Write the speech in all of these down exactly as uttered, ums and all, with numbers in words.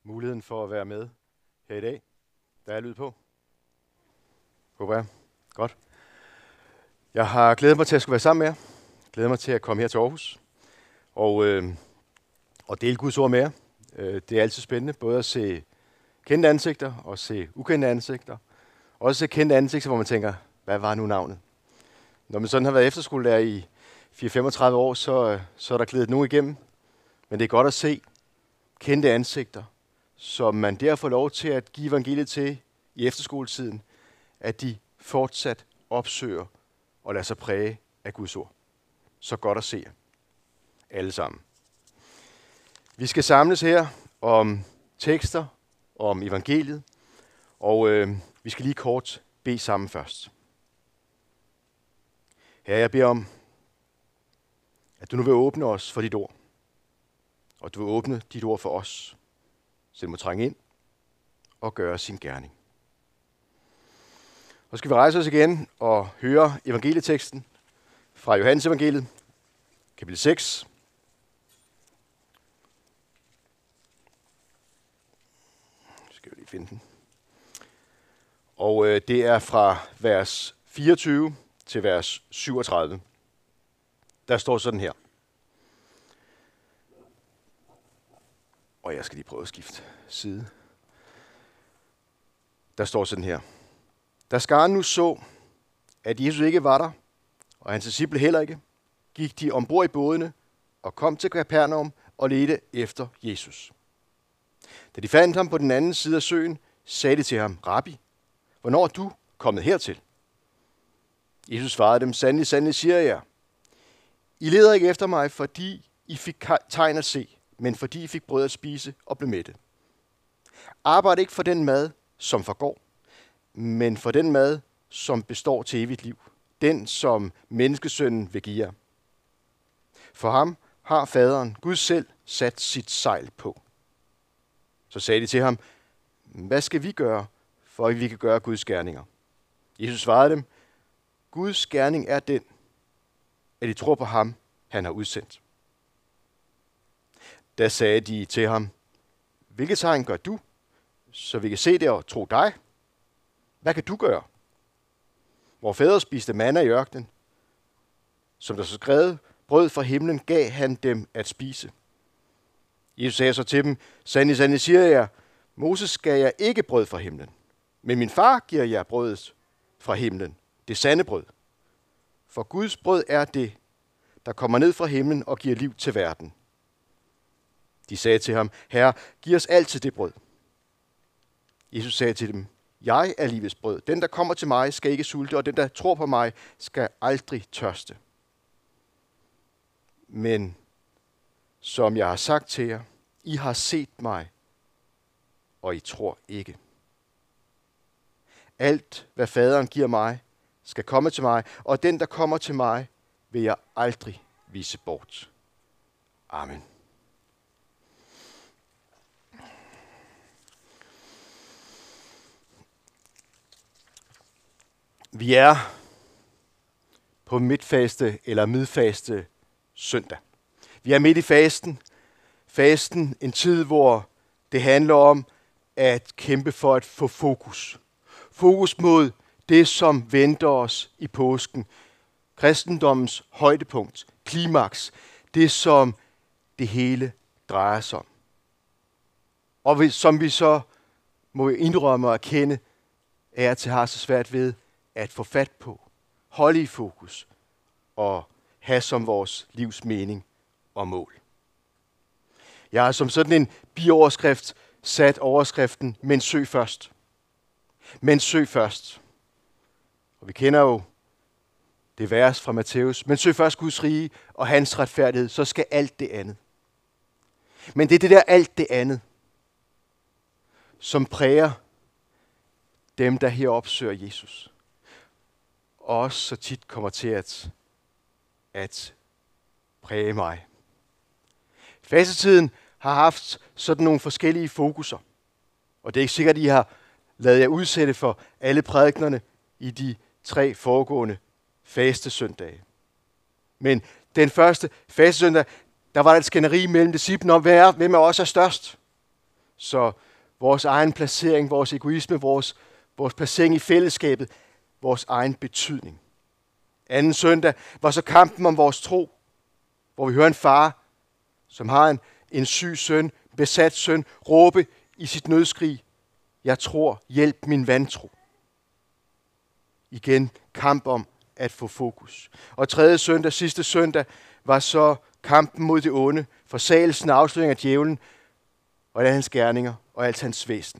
muligheden for at være med her i dag. Der er lyd på. Håber jeg. Godt. Jeg har glædet mig til at skulle være sammen med jer. Glædet mig til at komme her til Aarhus og, øh, og dele Guds ord med jer. Øh, det er altid spændende, både at se kendte ansigter og se ukendte ansigter. Også se kendte ansigter, hvor man tænker, hvad var nu navnet? Når man sådan har været efterskolelærer i fire til femogtredive år, så, så er der glædet nogen igennem. Men det er godt at se kendte ansigter, som man der får lov til at give evangeliet til i efterskoletiden, at de fortsat opsøger og lader sig præge af Guds ord. Så godt at se jer. Alle sammen. Vi skal samles her om tekster, om evangeliet, og øh, vi skal lige kort bede sammen først. Herre, jeg beder om, at du nu vil åbne os for dit ord, og du vil åbne dit ord for os, så det må trænge ind og gøre sin gerning. Så skal vi rejse os igen og høre evangelieteksten fra Johannes evangeliet, kapitel seks. Skal vi lige finde den. Og øh, det er fra vers fireogtyve til vers syvogtredive. Der står sådan her. Og jeg skal lige prøve at skifte side. Der står sådan her. Da skaren nu så, at Jesus ikke var der, og hans disciple heller ikke, gik de ombord i bådene og kom til Kapernaum og ledte efter Jesus. Da de fandt ham på den anden side af søen, sagde de til ham, Rabbi, hvornår er du kommet hertil? Jesus svarede dem, sandelig, sandelig siger jeg, I leder ikke efter mig, fordi I fik tegn at se, men fordi I fik brød at spise og blev mætte. Arbejd ikke for den mad, som forgår, men for den mad, som består til evigt liv. Den, som menneskesønnen vil give jer. For ham har faderen, Gud selv, sat sit sejl på. Så sagde de til ham, hvad skal vi gøre, for at vi kan gøre Guds gerninger? Jesus svarede dem, Guds gerning er den, at I tror på ham, han har udsendt. Da sagde de til ham, hvilket tegn gør du, så vi kan se det og tro dig? Hvad kan du gøre? Vor fædre spiste manna i ørkenen. Som der så skrevet, brød fra himlen gav han dem at spise. Jesus sagde så til dem, sandelig, sandelig siger jeg, Moses gav jeg ikke brød fra himlen, men min far giver jer brødet fra himlen, det sande brød. For Guds brød er det, der kommer ned fra himlen og giver liv til verden. De sagde til ham, Herre, giv os altid det brød. Jesus sagde til dem, jeg er livets brød. Den, der kommer til mig, skal ikke sulte, og den, der tror på mig, skal aldrig tørste. Men som jeg har sagt til jer, I har set mig, og I tror ikke. Alt, hvad faderen giver mig, skal komme til mig, og den, der kommer til mig, vil jeg aldrig vise bort. Amen. Vi er på midtfaste eller midfaste søndag. Vi er midt i fasten. Fasten, en tid, hvor det handler om at kæmpe for at få fokus. Fokus mod det, som venter os i påsken. Kristendommens højdepunkt, klimaks, det som det hele drejer sig om. Og som vi så må indrømme og erkende, er til har så svært ved at få fat på, holde i fokus og have som vores livs mening og mål. Jeg har som sådan en bioverskrift sat overskriften, men søg først. Men søg først. Og vi kender jo det vers fra Matthæus, men søg først Guds rige og hans retfærdighed, så skal alt det andet. Men det er det der alt det andet, som præger dem, der her opsøger Jesus. Og også så tit kommer til at, at præge mig. Fastetiden har haft sådan nogle forskellige fokuser. Og det er ikke sikkert, at I har ladet jer udsætte for alle prædiknerne i de tre foregående fastesøndage. Men den første fastesøndag, der var der et skænderi mellem disciplene om, hvem er også er størst. Så vores egen placering, vores egoisme, vores, vores placering i fællesskabet, vores egen betydning. Anden søndag var så kampen om vores tro, hvor vi hører en far, som har en, en syg søn, besat søn, råbe i sit nødskrig, jeg tror, hjælp min vantro. Igen kamp om at få fokus. Og tredje søndag, sidste søndag, var så kampen mod det onde, forsagelsen og afsløringen af djævlen, og alle hans gerninger og alt hans væsen.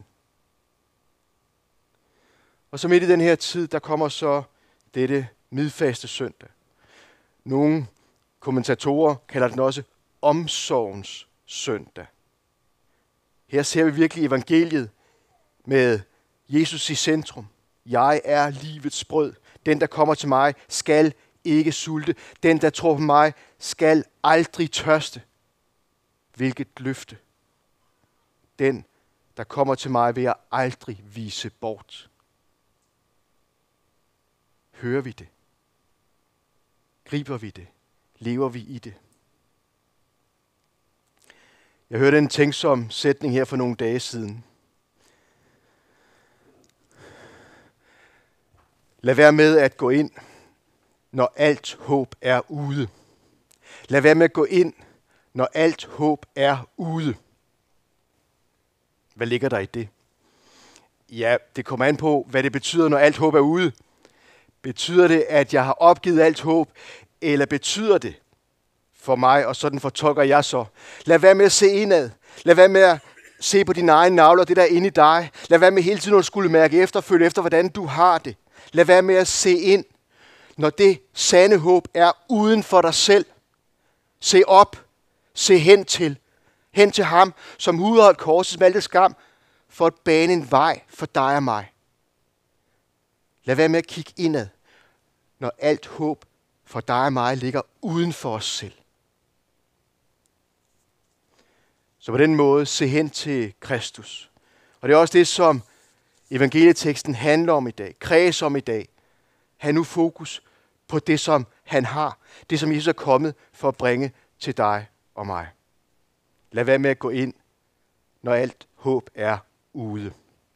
Og så midt i den her tid, der kommer så dette midfaste søndag. Nogle kommentatorer kalder den også omsorgens søndag. Her ser vi virkelig evangeliet med Jesus i centrum. Jeg er livets brød. Den, der kommer til mig, skal ikke sulte. Den, der tror på mig, skal aldrig tørste. Hvilket løfte. Den, der kommer til mig, vil jeg aldrig vise bort. Hører vi det? Griber vi det? Lever vi i det? Jeg hørte en tænksom sætning her for nogle dage siden. Lad være med at gå ind, når alt håb er ude. Lad være med at gå ind, når alt håb er ude. Hvad ligger der i det? Ja, det kommer an på, hvad det betyder, når alt håb er ude. Betyder det, at jeg har opgivet alt håb, eller betyder det for mig, og sådan fortolker jeg så? Lad være med at se indad. Lad være med at se på dine egne navler, det der er inde i dig. Lad være med hele tiden at skulle mærke efter, følge efter, hvordan du har det. Lad være med at se ind, når det sande håb er uden for dig selv. Se op, se hen til, hen til ham, som udholdt korsets smalte skam, for at bane en vej for dig og mig. Lad være med at kigge indad, når alt håb for dig og mig ligger uden for os selv. Så på den måde se hen til Kristus. Og det er også det, som evangelieteksten handler om i dag, kredser om i dag. Ha' nu fokus på det, som han har. Det, som Jesus er kommet for at bringe til dig og mig. Lad være med at gå ind, når alt håb er ude.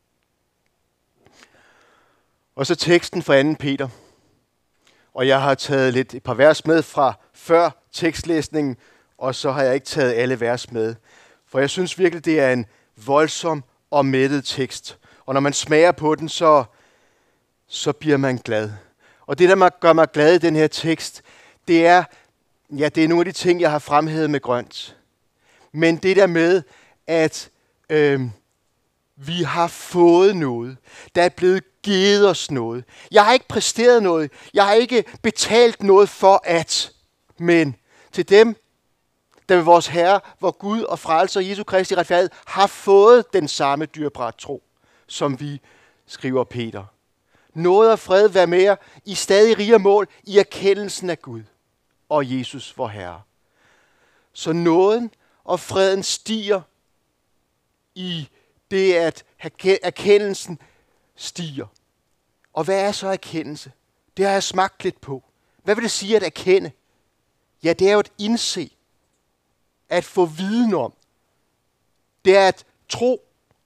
Og så teksten fra anden Peter. Og jeg har taget lidt et par vers med fra før tekstlæsningen, og så har jeg ikke taget alle vers med. For jeg synes virkelig, det er en voldsom og mættet tekst. Og når man smager på den, så, så bliver man glad. Og det, der gør mig glad i den her tekst, det er, ja, det er nogle af de ting, jeg har fremhævet med grønt. Men det der med, at øh, vi har fået noget. Der er blevet givet os noget. Jeg har ikke præsteret noget. Jeg har ikke betalt noget for at. Men til dem, der ved vores Herre, hvor Gud og frelser Jesu Kristi retfærdighed, har fået den samme dyrebare tro, som vi skriver Peter. Nåde og fred være med jer i stadig rigere mål i erkendelsen af Gud og Jesus vor Herre. Så nåden og freden stiger i det, at erkendelsen stiger. Og hvad er så erkendelse? Det har jeg smagt lidt på. Hvad vil det sige at erkende? Ja, det er jo at indse. At få viden om. Det er at tro.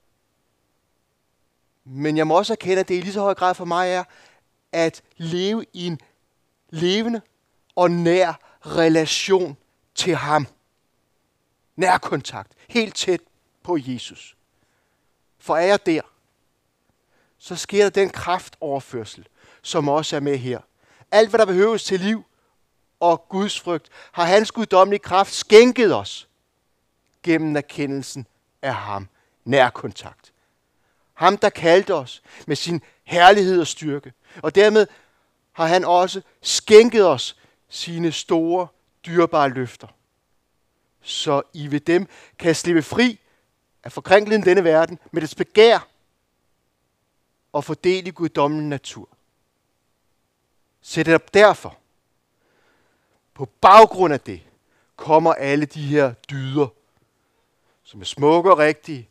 Men jeg må også erkende, at det i lige så høj grad for mig er at leve i en levende og nær relation til ham. Nær kontakt. Helt tæt på Jesus. For er jeg der, så sker der den kraftoverførsel, som også er med her. Alt, hvad der behøves til liv og Guds frygt, har hans guddommelige kraft skænket os gennem erkendelsen af ham. Nær kontakt. Ham, der kaldte os med sin herlighed og styrke. Og dermed har han også skænket os sine store, dyrebare løfter. Så I ved dem kan slippe fri af forkrænkeligheden i denne verden med dets begær og fordele i guddommelig natur. Sæt det op derfor. På baggrund af det kommer alle de her dyder, som er smukke og rigtige,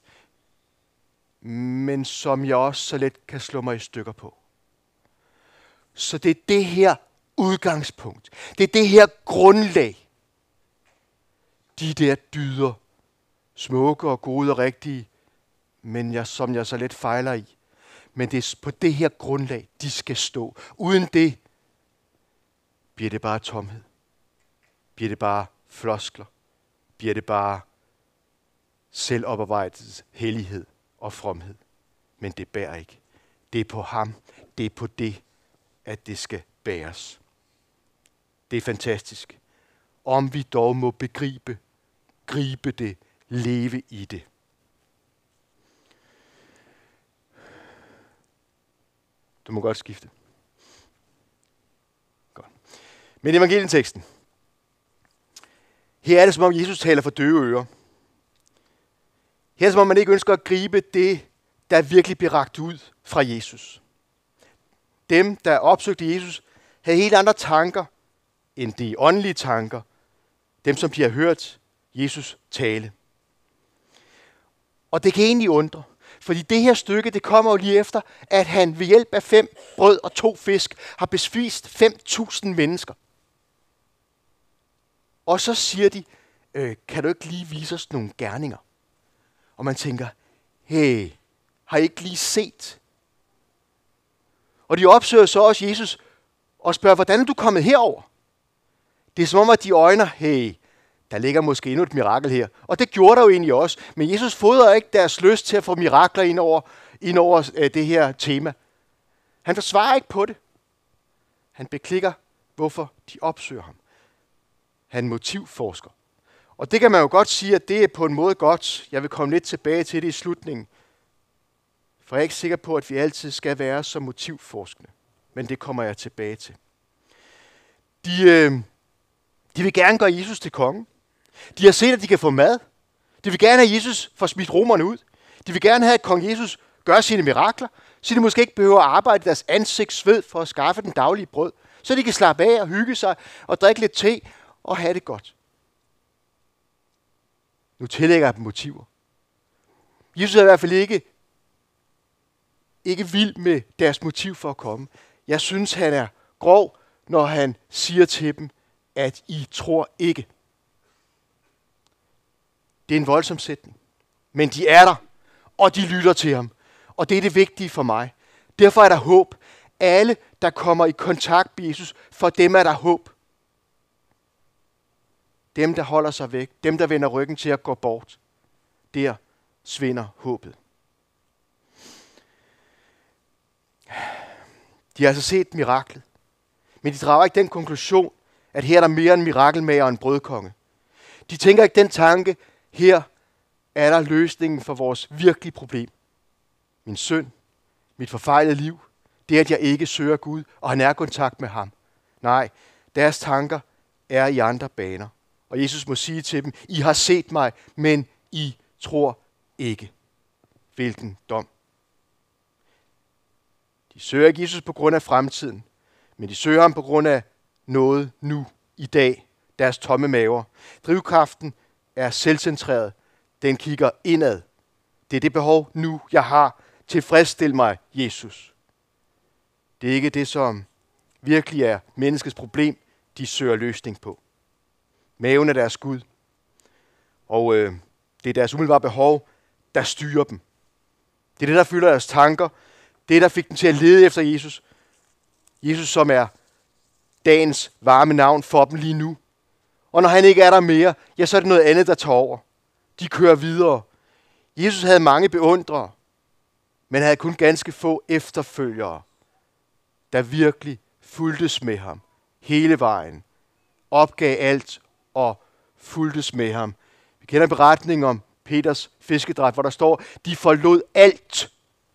men som jeg også så let kan slå mig i stykker på. Så det er det her udgangspunkt. Det er det her grundlag. De der dyder, smukke og gode og rigtige, men jeg, som jeg så let fejler i. Men det er på det her grundlag, de skal stå. Uden det bliver det bare tomhed. Bliver det bare floskler. Bliver det bare selvoparbejdets hellighed og fromhed. Men det bærer ikke. Det er på ham. Det er på det, at det skal bæres. Det er fantastisk. Om vi dog må begribe, gribe det, leve i det. Du må godt skifte. Godt. Men evangelieteksten. Her er det, som om Jesus taler for døve ører. Her er det, som om man ikke ønsker at gribe det, der virkelig bliver rakt ud fra Jesus. Dem, der opsøgte Jesus, havde helt andre tanker end de åndelige tanker. Dem, som de har hørt Jesus tale. Og det kan egentlig undre. Fordi det her stykke, det kommer jo lige efter, at han ved hjælp af fem brød og to fisk har besvist fem tusind mennesker. Og så siger de, øh, kan du ikke lige vise os nogle gerninger? Og man tænker, hey, har I ikke lige set? Og de opsøger så også Jesus og spørger, hvordan er du kommet herover? Det er som om, at de øjner, hey, der ligger måske endnu et mirakel her. Og det gjorde der jo egentlig også. Men Jesus fodrer ikke deres lyst til at få mirakler ind over, ind over øh, det her tema. Han forsvarer ikke på det. Han beklikker, hvorfor de opsøger ham. Han motivforsker. Og det kan man jo godt sige, at det er på en måde godt. Jeg vil komme lidt tilbage til det i slutningen. For jeg er ikke sikker på, at vi altid skal være så motivforskende. Men det kommer jeg tilbage til. De, øh, de vil gerne gøre Jesus til konge. De har set, at de kan få mad. De vil gerne have Jesus for smidt romerne ud. De vil gerne have, at kong Jesus gør sine mirakler, så de måske ikke behøver at arbejde i deres ansigtssved for at skaffe den daglige brød. Så de kan slappe af og hygge sig og drikke lidt te og have det godt. Nu tillægger jeg dem motiver. Jesus er i hvert fald ikke, ikke vild med deres motiv for at komme. Jeg synes, han er grov, når han siger til dem, at I tror ikke. Det er en voldsom sætning. Men de er der, og de lytter til ham. Og det er det vigtige for mig. Derfor er der håb. Alle, der kommer i kontakt med Jesus, for dem er der håb. Dem, der holder sig væk, dem, der vender ryggen til at gå bort, der svinder håbet. De har altså set miraklet, men de drager ikke den konklusion, at her er der mere en mirakelmager og en brødkonge. De tænker ikke den tanke, her er der løsningen for vores virkelige problem. Min synd, mit forfejlede liv, det er, at jeg ikke søger Gud, og han er i kontakt med ham. Nej, deres tanker er i andre baner. Og Jesus må sige til dem, I har set mig, men I tror ikke. Hvilken dom. De søger ikke Jesus på grund af fremtiden, men de søger ham på grund af noget nu, i dag, deres tomme maver. Drivkraften er selvcentreret. Den kigger indad. Det er det behov nu, jeg har. Tilfredsstil mig, Jesus. Det er ikke det, som virkelig er menneskets problem, de søger løsning på. Maven er deres Gud. Og øh, det er deres umiddelbare behov, der styrer dem. Det er det, der fylder deres tanker. Det, der fik dem til at lede efter Jesus. Jesus, som er dagens varme navn for dem lige nu. Og når han ikke er der mere, ja, så er det noget andet, der tager over. De kører videre. Jesus havde mange beundrere, men havde kun ganske få efterfølgere, der virkelig fulgtes med ham hele vejen, opgav alt og fulgtes med ham. Vi kender beretningen om Peters fiskedræt, hvor der står, de forlod alt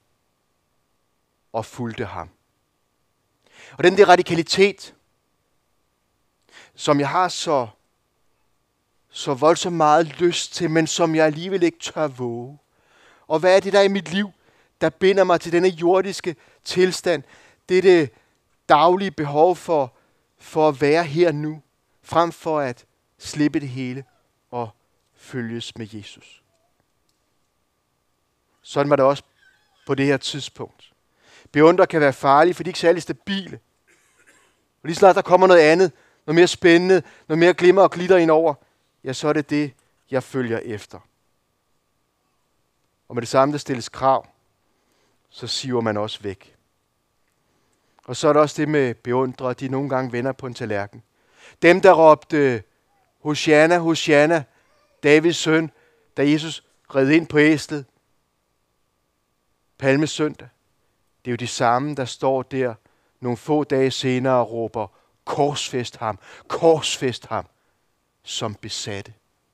og fulgte ham. Og den der radikalitet, som jeg har så, så voldsomt meget lyst til, men som jeg alligevel ikke tør våge. Og hvad er det der i mit liv, der binder mig til denne jordiske tilstand? Det er det daglige behov for, for at være her nu, frem for at slippe det hele og følges med Jesus. Sådan var det også på det her tidspunkt. Beundrer kan være farlige, for de er ikke særlig stabile. Og lige snart der kommer noget andet, noget mere spændende, noget mere glimmer og glitter ind over, ja, så er det det, jeg følger efter. Og med det samme, der stilles krav, så siver man også væk. Og så er der også det med beundrere, de nogle gange vender på en tallerken. Dem, der råbte, Hosianna, Hosianna, Davids søn, da Jesus red ind på æslet, Palmesøndag. Det er jo de samme, der står der nogle få dage senere og råber, korsfæst ham, korsfæst ham, som besatte.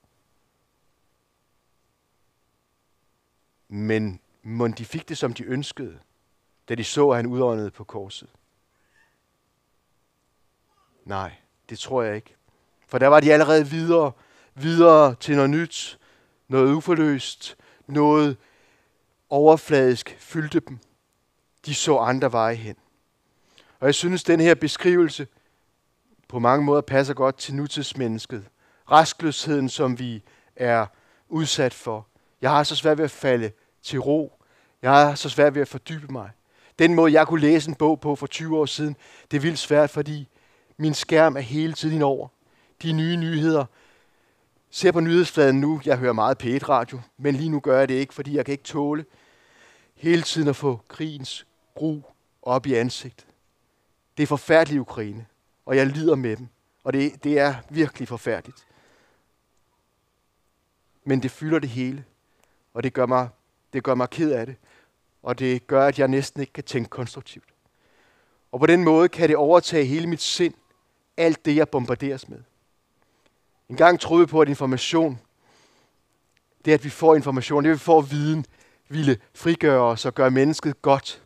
Men mon de fik det, som de ønskede, da de så, at han udåndede på korset? Nej, det tror jeg ikke. For der var de allerede videre, videre til noget nyt, noget uforløst, noget overfladisk fyldte dem. De så andre veje hen. Og jeg synes, den her beskrivelse på mange måder passer godt til nutidsmennesket. Rastløsheden, som vi er udsat for. Jeg har så svært ved at falde til ro. Jeg har så svært ved at fordybe mig. Den måde, jeg kunne læse en bog på for tyve år siden, det er vildt svært, fordi min skærm er hele tiden over. De nye nyheder. Ser på nyhedsfladen nu, jeg hører meget P et radio, men lige nu gør jeg det ikke, fordi jeg kan ikke tåle hele tiden at få krigens gru op i ansigtet. Det er forfærdeligt i Ukraine, og jeg lider med dem, og det, det er virkelig forfærdeligt. Men det fylder det hele, og det gør mig, det gør mig ked af det, og det gør, at jeg næsten ikke kan tænke konstruktivt. Og på den måde kan det overtage hele mit sind, alt det, jeg bombarderes med. En gang troede jeg på, at information, det at vi får information, det at vi får viden, ville frigøre os og gøre mennesket godt.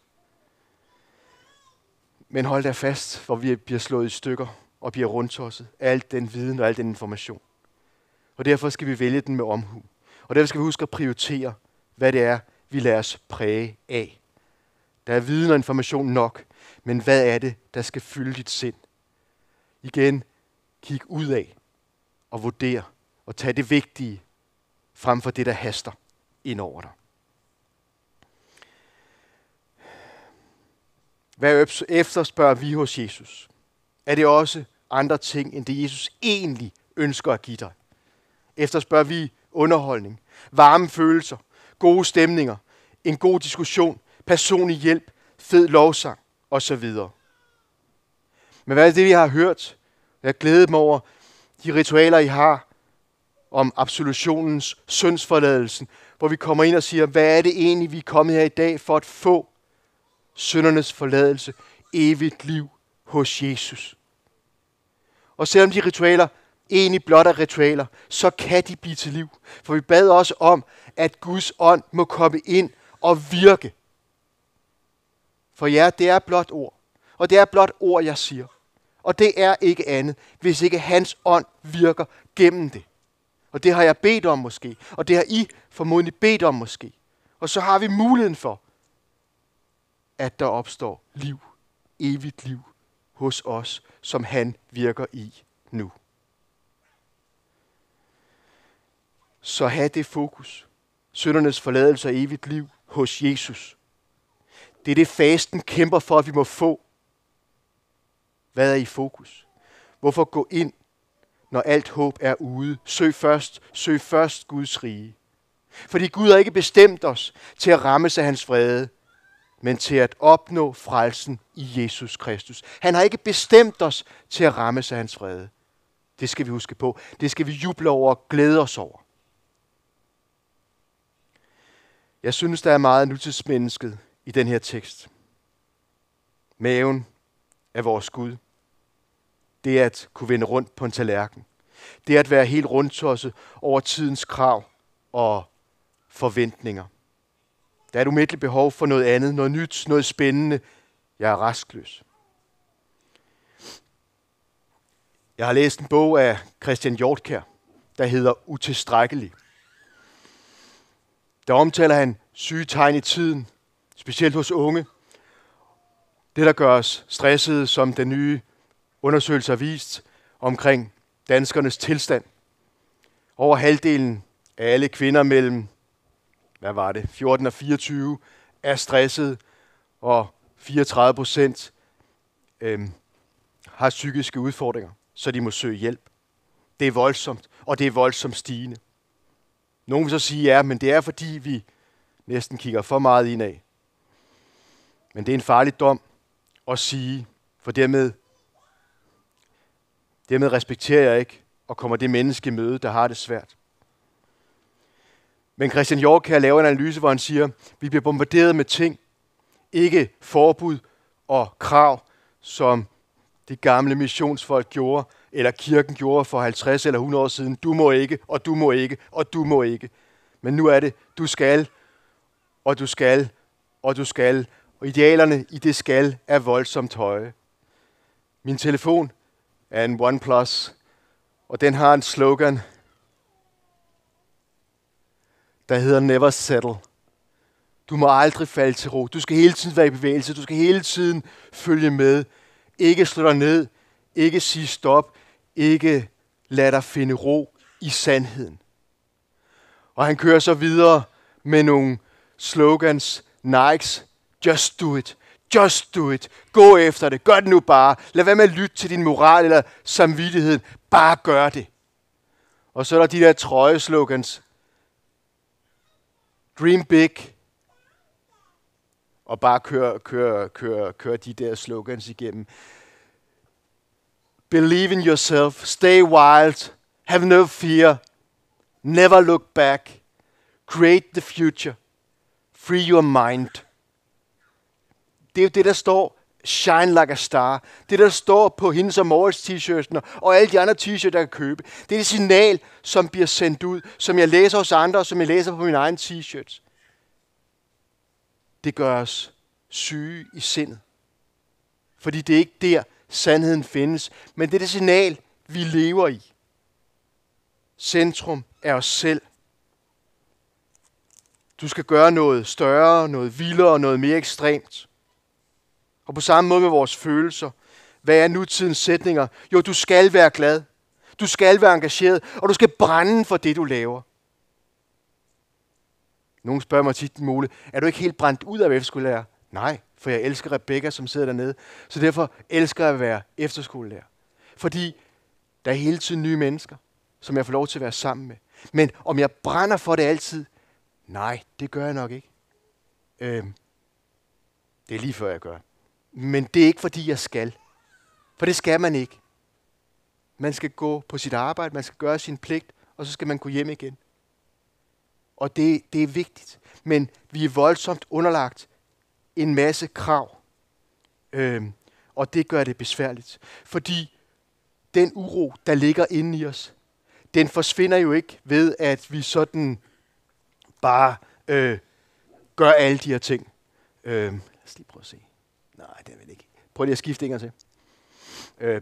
Men hold da fast, hvor vi bliver slået i stykker og bliver rundtosset af al den viden og al den information. Og derfor skal vi vælge den med omhu. Og derfor skal vi huske at prioritere, hvad det er, vi lader os præge af. Der er viden og information nok, men hvad er det, der skal fylde dit sind? Igen, kig ud af og vurder og tag det vigtige frem for det, der haster ind over dig. Hvad efterspørger vi hos Jesus? Er det også andre ting, end det Jesus egentlig ønsker at give dig? Efterspørger vi underholdning, varme følelser, gode stemninger, en god diskussion, personlig hjælp, fed lovsang osv.? Men hvad er det, vi har hørt? Jeg glæder mig over de ritualer, I har om absolutionens, syndsforladelsen, hvor vi kommer ind og siger, hvad er det egentlig, vi er kommet her i dag for at få? Syndernes forladelse, evigt liv hos Jesus. Og selvom de ritualer egentlig blot er ritualer, så kan de blive til liv. For vi bad også om, at Guds ånd må komme ind og virke. For ja, det er blot ord. Og det er blot ord, jeg siger. Og det er ikke andet, hvis ikke hans ånd virker gennem det. Og det har jeg bedt om måske. Og det har I formodentlig bedt om måske. Og så har vi muligheden for, at der opstår liv, evigt liv hos os, som han virker i nu. Så have det fokus. Syndernes forladelse og evigt liv hos Jesus. Det er det, fasten kæmper for, at vi må få. Hvad er i fokus? Hvorfor gå ind, når alt håb er ude? Søg først, søg først Guds rige. Fordi Gud har ikke bestemt os til at rammes af hans vrede, men til at opnå frelsen i Jesus Kristus. Han har ikke bestemt os til at rammes af hans vrede. Det skal vi huske på. Det skal vi juble over og glæde os over. Jeg synes, der er meget nutidsmennesket i den her tekst. Maven er vores Gud. Det er at kunne vende rundt på en tallerken. Det er at være helt rundtosset over tidens krav og forventninger. Der er et umætteligt behov for noget andet, noget nyt, noget spændende. Jeg er rastløs. Jeg har læst en bog af Christian Hjortkjær, der hedder Utilstrækkelig. Der omtaler han syge tegn i tiden, specielt hos unge. Det, der gør os stressede, som den nye undersøgelse har vist omkring danskernes tilstand. Over halvdelen af alle kvinder mellem, hvad var det, fjorten og fireogtyve, er stresset, og fireogtredive procent øhm, har psykiske udfordringer, så de må søge hjælp. Det er voldsomt, og det er voldsomt stigende. Nogle vil så sige, ja, men det er fordi vi næsten kigger for meget indad. Men det er en farlig dom at sige, for dermed, dermed respekterer jeg ikke og kommer det menneske i møde, der har det svært. Men Christian York her laver en analyse, hvor han siger, vi bliver bombarderet med ting, ikke forbud og krav, som de gamle missionsfolk gjorde, eller kirken gjorde for halvtreds eller hundrede år siden. Du må ikke, og du må ikke, og du må ikke. Men nu er det, du skal, og du skal, og du skal. Og idealerne i det skal er voldsomt høje. Min telefon er en OnePlus, og den har en slogan, der hedder Never Settle. Du må aldrig falde til ro. Du skal hele tiden være i bevægelse. Du skal hele tiden følge med. Ikke slå dig ned. Ikke sige stop. Ikke lad dig finde ro i sandheden. Og han kører så videre med nogle slogans. Nikes. Just do it. Just do it. Gå efter det. Gør det nu bare. Lad være med at lytte til din moral eller samvittighed. Bare gør det. Og så er der de der trøjeslogans. Dream big. Og bare køre, køre, køre, køre de der slogans igennem. Believe in yourself. Stay wild. Have no fear. Never look back. Create the future. Free your mind. Det er jo det, der står shine like a star. Det, der står på hendes og Morris t-shirtene og alle de andre t-shirts, der kan købe. Det er det signal, som bliver sendt ud, som jeg læser hos andre, og som jeg læser på mine egne t-shirts. Det gør os syge i sindet. Fordi det er ikke der, sandheden findes, men det er det signal, vi lever i. Centrum er os selv. Du skal gøre noget større, noget vildere, noget mere ekstremt. Og på samme måde med vores følelser. Hvad er nutidens sætninger? Jo, du skal være glad. Du skal være engageret, og du skal brænde for det, du laver. Nogen spørger mig tit, Mole, er du ikke helt brændt ud af efterskolelærer? Nej, for jeg elsker Rebecca, som sidder dernede. Så derfor elsker jeg at være efterskolelærer. Fordi der er hele tiden nye mennesker, som jeg får lov til at være sammen med. Men om jeg brænder for det altid? Nej, det gør jeg nok ikke. Øhm, det er lige før jeg gør. Men det er ikke fordi jeg skal. For det skal man ikke. Man skal gå på sit arbejde, man skal gøre sin pligt, og så skal man gå hjem igen. Og det, det er vigtigt. Men vi er voldsomt underlagt en masse krav. Øhm, og det gør det besværligt. Fordi den uro, der ligger inde i os, den forsvinder jo ikke ved, at vi sådan bare øh, gør alle de her ting. Øh, lad os lige prøve at se. Nej, det vil ikke. Prøv lige at skifte en gang til. Øh,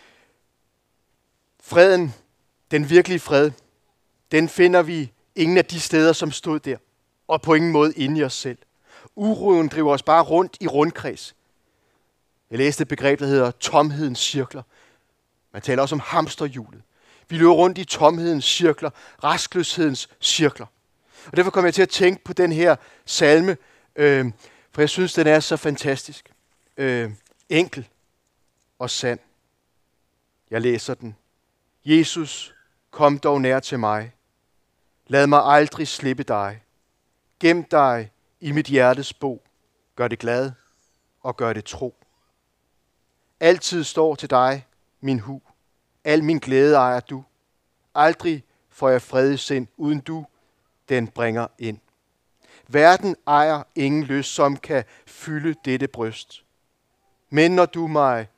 freden, den virkelige fred, den finder vi ingen af de steder, som stod der. Og på ingen måde inde i os selv. Uroen driver os bare rundt i rundkreds. Jeg læste et begreb, der hedder tomhedens cirkler. Man taler også om hamsterhjulet. Vi løber rundt i tomhedens cirkler, rastløshedens cirkler. Og derfor kommer jeg til at tænke på den her salme, øh, for jeg synes, den er så fantastisk. Øh, enkel og sand. Jeg læser den. Jesus, kom dog nær til mig. Lad mig aldrig slippe dig. Gem dig i mit hjertes bo. Gør det glad og gør det tro. Altid står til dig, min hu. Al min glæde ejer du. Aldrig får jeg fred i sind, uden du den bringer ind. Verden ejer ingen lyst, som kan fylde dette bryst. Men når du mig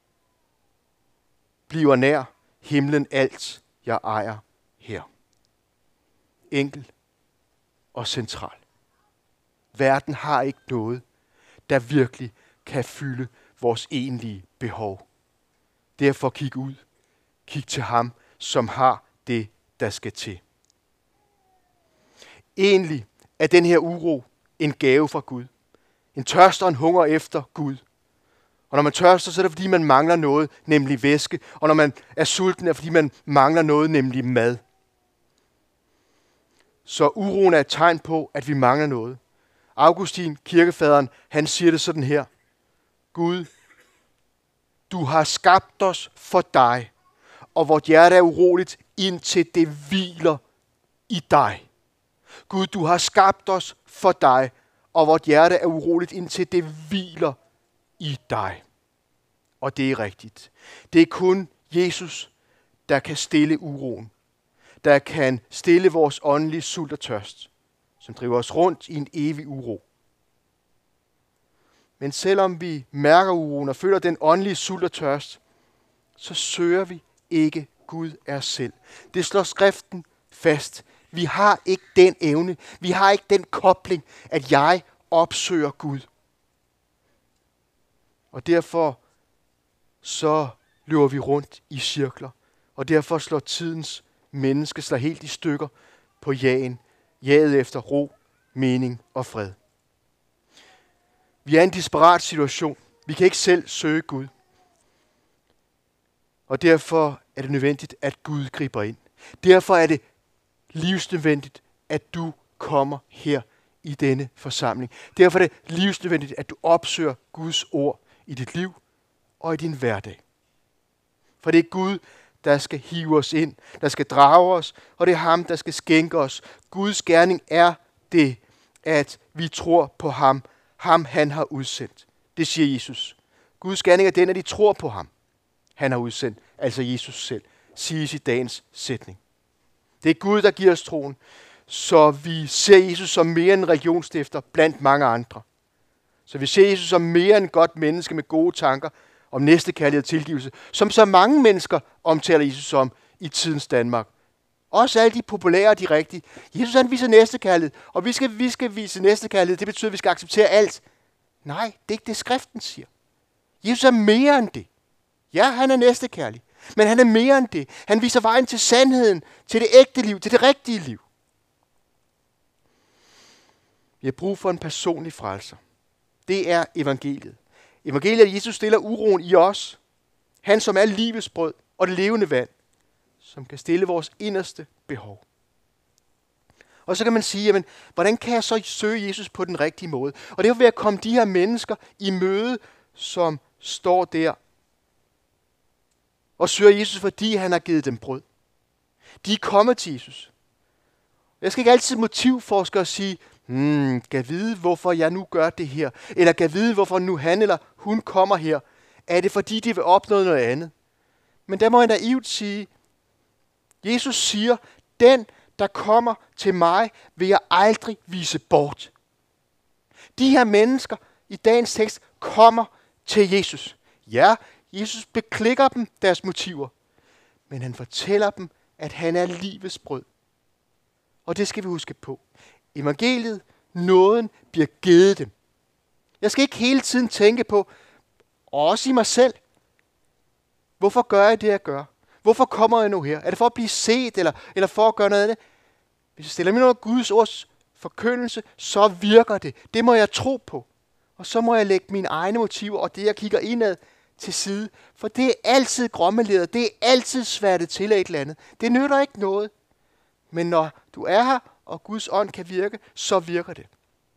bliver nær, himlen alt, jeg ejer her. Enkel og central. Verden har ikke noget, der virkelig kan fylde vores egentlige behov. Derfor kig ud. Kig til ham, som har det, der skal til. Egentlig er den her uro en gave fra Gud. En tørst og en hunger efter Gud. Og når man tørster, så er det fordi, man mangler noget, nemlig væske. Og når man er sulten, er det fordi, man mangler noget, nemlig mad. Så uroen er et tegn på, at vi mangler noget. Augustin, kirkefaderen, han siger det sådan her. Gud, du har skabt os for dig, og vort hjerte er uroligt, indtil det hviler i dig. Gud, du har skabt os for dig, og vort hjerte er uroligt, indtil det hviler i dig. Og det er rigtigt. Det er kun Jesus, der kan stille uroen. Der kan stille vores åndelige sult og tørst, som driver os rundt i en evig uro. Men selvom vi mærker uroen og føler den åndelige sult og tørst, så søger vi ikke Gud er selv. Det slår skriften fast. Vi har ikke den evne, vi har ikke den kobling, at jeg opsøger Gud. Og derfor så løber vi rundt i cirkler, og derfor slår tidens menneske slår helt i stykker på jagen, jaget efter ro, mening og fred. Vi er i en desperat situation. Vi kan ikke selv søge Gud. Og derfor er det nødvendigt, at Gud griber ind. Derfor er det livsnødvendigt, at du kommer her i denne forsamling. Derfor er det livsnødvendigt, at du opsøger Guds ord i dit liv og i din hverdag. For det er Gud, der skal hive os ind, der skal drage os, og det er ham, der skal skænke os. Guds gerning er det, at vi tror på ham. Ham, han har udsendt. Det siger Jesus. Guds gerning er den, at de tror på ham. Han har udsendt, altså Jesus selv, siges i dagens sætning. Det er Gud, der giver os troen, så vi ser Jesus som mere end religionsstifter blandt mange andre. Så vi ser Jesus som mere end et godt menneske med gode tanker om næstekærlighed og tilgivelse, som så mange mennesker omtaler Jesus som i tidens Danmark. Også alle de populære og de rigtige. Jesus han viser næstekærlighed, og vi skal, vi skal vise næstekærlighed. Det betyder, at vi skal acceptere alt. Nej, det er ikke det, skriften siger. Jesus er mere end det. Ja, han er næstekærlig, men han er mere end det. Han viser vejen til sandheden, til det ægte liv, til det rigtige liv. Vi har brug for en personlig frelser. Det er evangeliet. Evangeliet er, at Jesus stiller uroen i os. Han, som er livets brød og det levende vand, som kan stille vores inderste behov. Og så kan man sige, jamen, hvordan kan jeg så søge Jesus på den rigtige måde? Og det er ved at komme de her mennesker i møde, som står der og søger Jesus, fordi han har givet dem brød. De er kommet til Jesus. Jeg skal ikke altid motivforske og sige, hmm, kan vide, hvorfor jeg nu gør det her? Eller kan vide, hvorfor nu han eller hun kommer her? Er det fordi, de vil opnå noget andet? Men der må jeg naivt sige, Jesus siger, den, der kommer til mig, vil jeg aldrig vise bort. De her mennesker i dagens tekst kommer til Jesus. Ja, Jesus beklikker dem deres motiver, men han fortæller dem, at han er livets brød. Og det skal vi huske på. Evangeliet, nåden, bliver givet dem. Jeg skal ikke hele tiden tænke på, også i mig selv, hvorfor gør jeg det, jeg gør? Hvorfor kommer jeg nu her? Er det for at blive set, eller, eller for at gøre noget af det? Hvis jeg stiller mig under Guds ords forkyndelse, så virker det. Det må jeg tro på. Og så må jeg lægge mine egne motiver, og det jeg kigger indad, til side. For det er altid grommeleret. Det er altid svært til et eller andet. Det nytter ikke noget. Men når du er her, og Guds ånd kan virke, så virker det.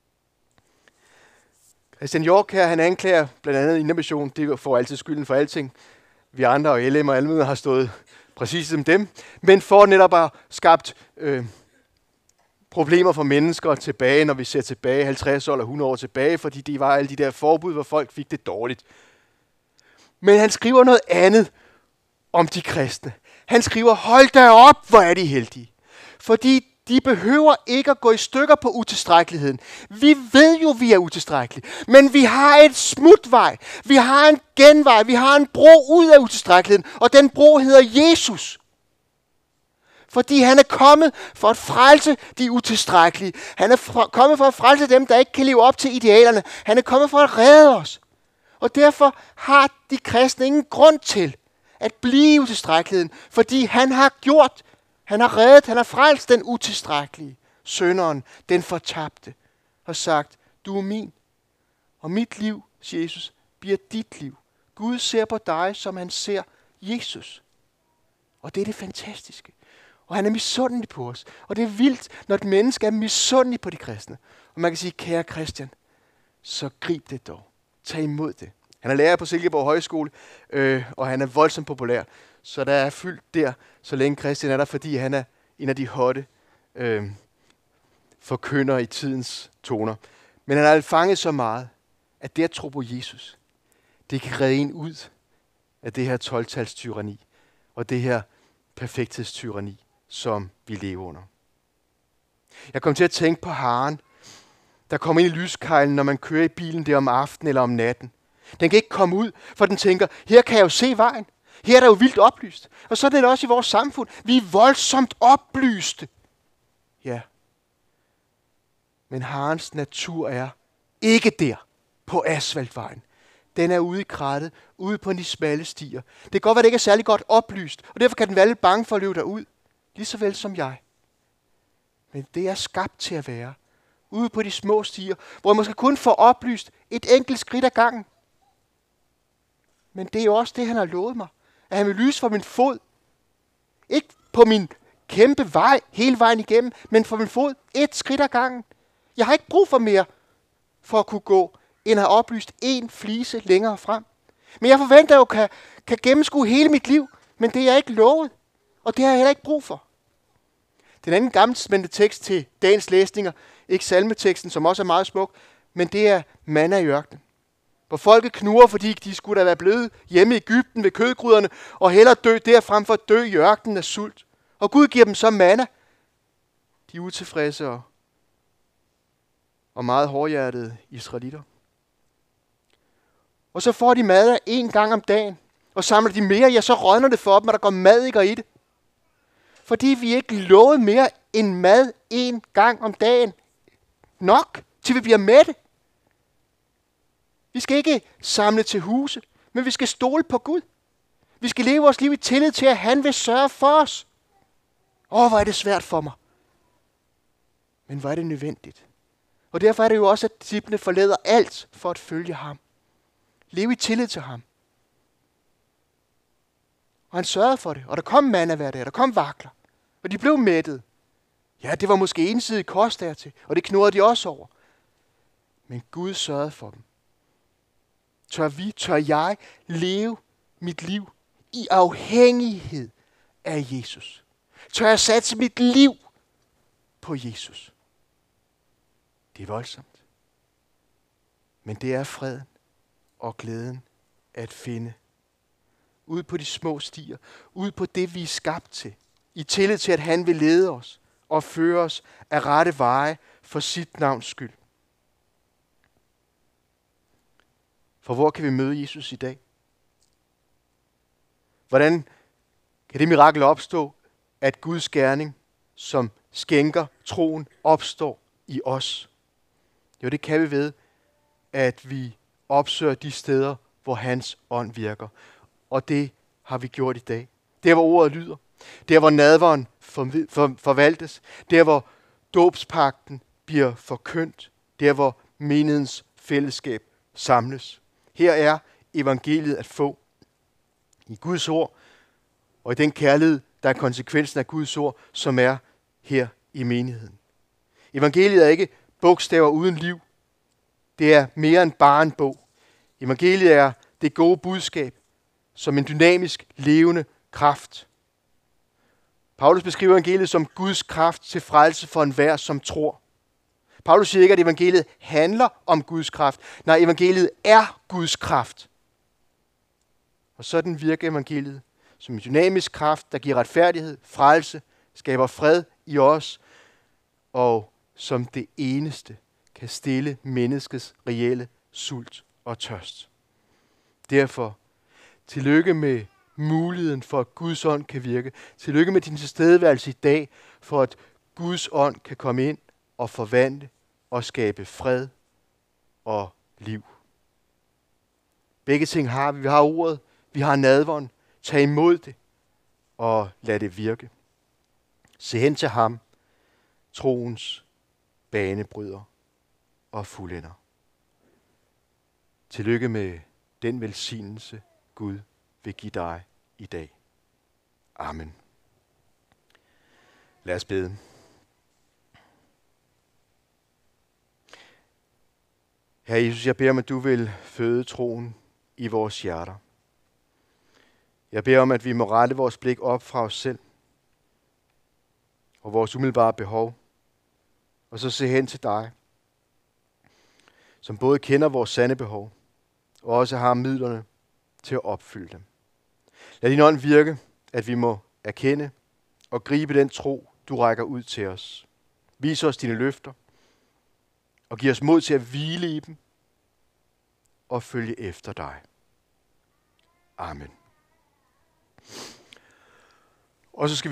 Christian York her, han anklager blandt andet Indre Mission, det får altid skylden for alting. Vi andre og L M og Almøder har stået præcis som dem, men for netop at skabt øh, problemer for mennesker tilbage, når vi ser tilbage halvtreds eller hundrede år tilbage, fordi det var alle de der forbud, hvor folk fik det dårligt. Men han skriver noget andet om de kristne. Han skriver, hold da op, hvor er de heldige. Fordi de behøver ikke at gå i stykker på utilstrækkeligheden. Vi ved jo, vi er utilstrækkelige. Men vi har et smutvej. Vi har en genvej. Vi har en bro ud af utilstrækkeligheden. Og den bro hedder Jesus. Fordi han er kommet for at frelse de utilstrækkelige. Han er fra, kommet for at frelse dem, der ikke kan leve op til idealerne. Han er kommet for at redde os. Og derfor har de kristne ingen grund til at blive utilstrækkeligheden. Fordi han har gjort, han har reddet, han har frelst den utilstrækkelige. Synderen, den fortabte. Og sagt, du er min. Og mit liv, siger Jesus, bliver dit liv. Gud ser på dig, som han ser Jesus. Og det er det fantastiske. Og han er misundelig på os. Og det er vildt, når et menneske er misundelig på de kristne. Og man kan sige, kære Christian, så grib det dog. Tag imod det. Han er lærer på Silkeborg Højskole, øh, og han er voldsomt populær. Så der er fyldt der, så længe Christian er der, fordi han er en af de hotte øh, forkynder i tidens toner. Men han har fanget så meget, at det at tro på Jesus, det kan redde en ud af det her tolv-tals tyranni og det her perfekthedstyranni, som vi lever under. Jeg kom til at tænke på haren, der kommer ind i lyskejlen, når man kører i bilen der om aftenen eller om natten. Den kan ikke komme ud, for den tænker, her kan jeg jo se vejen. Her er der jo vildt oplyst. Og sådan er det også i vores samfund. Vi er voldsomt oplyste. Ja. Men harens natur er ikke der på asfaltvejen. Den er ude i krattet, ude på de smalle stier. Det kan godt være, det ikke er særlig godt oplyst, og derfor kan den være lidt bange for at løbe derud. Lige så vel som jeg. Men det er skabt til at være. Ude på de små stier, hvor jeg måske kun får oplyst et enkelt skridt ad gangen. Men det er jo også det, han har lovet mig. At han vil lyse for min fod. Ikke på min kæmpe vej, hele vejen igennem, men for min fod et skridt ad gangen. Jeg har ikke brug for mere for at kunne gå, end at have oplyst en flise længere frem. Men jeg forventer jo, kan, kan gennemskue hele mit liv, men det er jeg ikke lovet. Og det har jeg heller ikke brug for. Den anden gammeltestamentlige tekst til dagens læsninger, ikke salmeteksten, som også er meget smuk, men det er manna i ørkenen. Hvor folket knurrer, fordi de skulle da være blevet hjemme i Egypten ved kødgryderne, og hellere dø der frem for at dø i ørkenen af sult. Og Gud giver dem så manna. De er utilfredse og, og meget hårdhjertede israelitter. Og så får de mad en gang om dagen, og samler de mere, ja, så rådner det for dem, og der går madikker i det. Fordi vi ikke lovet mere end mad en gang om dagen. Nok, til vi bliver mætte. Vi skal ikke samle til huse, men vi skal stole på Gud. Vi skal leve vores liv i tillid til, at han vil sørge for os. Åh, hvor er det svært for mig. Men hvor er det nødvendigt. Og derfor er det jo også, at disciplene forlader alt for at følge ham. Leve i tillid til ham. Og han sørgede for det. Og der kom manna hver dag, der kom vakler. Og de blev mættet. Ja, det var måske ensidig kost dertil, og det knurrede de også over. Men Gud sørgede for dem. Tør vi, tør jeg leve mit liv i afhængighed af Jesus? Tør jeg satse mit liv på Jesus? Det er voldsomt. Men det er freden og glæden at finde. Ude på de små stier. Ude på det, vi er skabt til. I tillid til, at han vil lede os og føre os af rette veje for sit navns skyld. For hvor kan vi møde Jesus i dag? Hvordan kan det mirakel opstå, at Guds gerning, som skænker troen, opstår i os? Jo, det kan vi ved, at vi opsøger de steder, hvor hans ånd virker. Og det har vi gjort i dag. Der, hvor ordet lyder. Der, hvor nadveren forvaltes. Der, hvor dåbspagten bliver forkyndt. Der, hvor menighedens fællesskab samles. Her er evangeliet at få i Guds ord, og i den kærlighed, der er konsekvensen af Guds ord, som er her i menigheden. Evangeliet er ikke bogstaver uden liv. Det er mere end bare en bog. Evangeliet er det gode budskab, som en dynamisk, levende kraft. Paulus beskriver evangeliet som Guds kraft til frelse for enhver, som tror. Paulus siger ikke, at evangeliet handler om Guds kraft. Nej, evangeliet er Guds kraft. Og sådan virker evangeliet som en dynamisk kraft, der giver retfærdighed, frelse, skaber fred i os, og som det eneste kan stille menneskets reelle sult og tørst. Derfor, tillykke med muligheden for, at Guds ånd kan virke. Tillykke med din tilstedeværelse i dag, for at Guds ånd kan komme ind og forvandle og skabe fred og liv. Begge ting har vi. Vi har ordet, vi har nadveren. Tag imod det og lad det virke. Se hen til ham, troens banebryder og fuldender. Tillykke med den velsignelse, Gud vil give dig i dag. Amen. Lad os bede. Herre Jesus, jeg beder om, at du vil føde troen i vores hjerter. Jeg beder om, at vi må rette vores blik op fra os selv og vores umiddelbare behov, og så se hen til dig, som både kender vores sande behov, og også har midlerne til at opfylde dem. Lad din ånd virke, at vi må erkende og gribe den tro, du rækker ud til os. Vis os dine løfter, og giv os mod til at hvile i dem og følge efter dig. Amen. Og så skal vi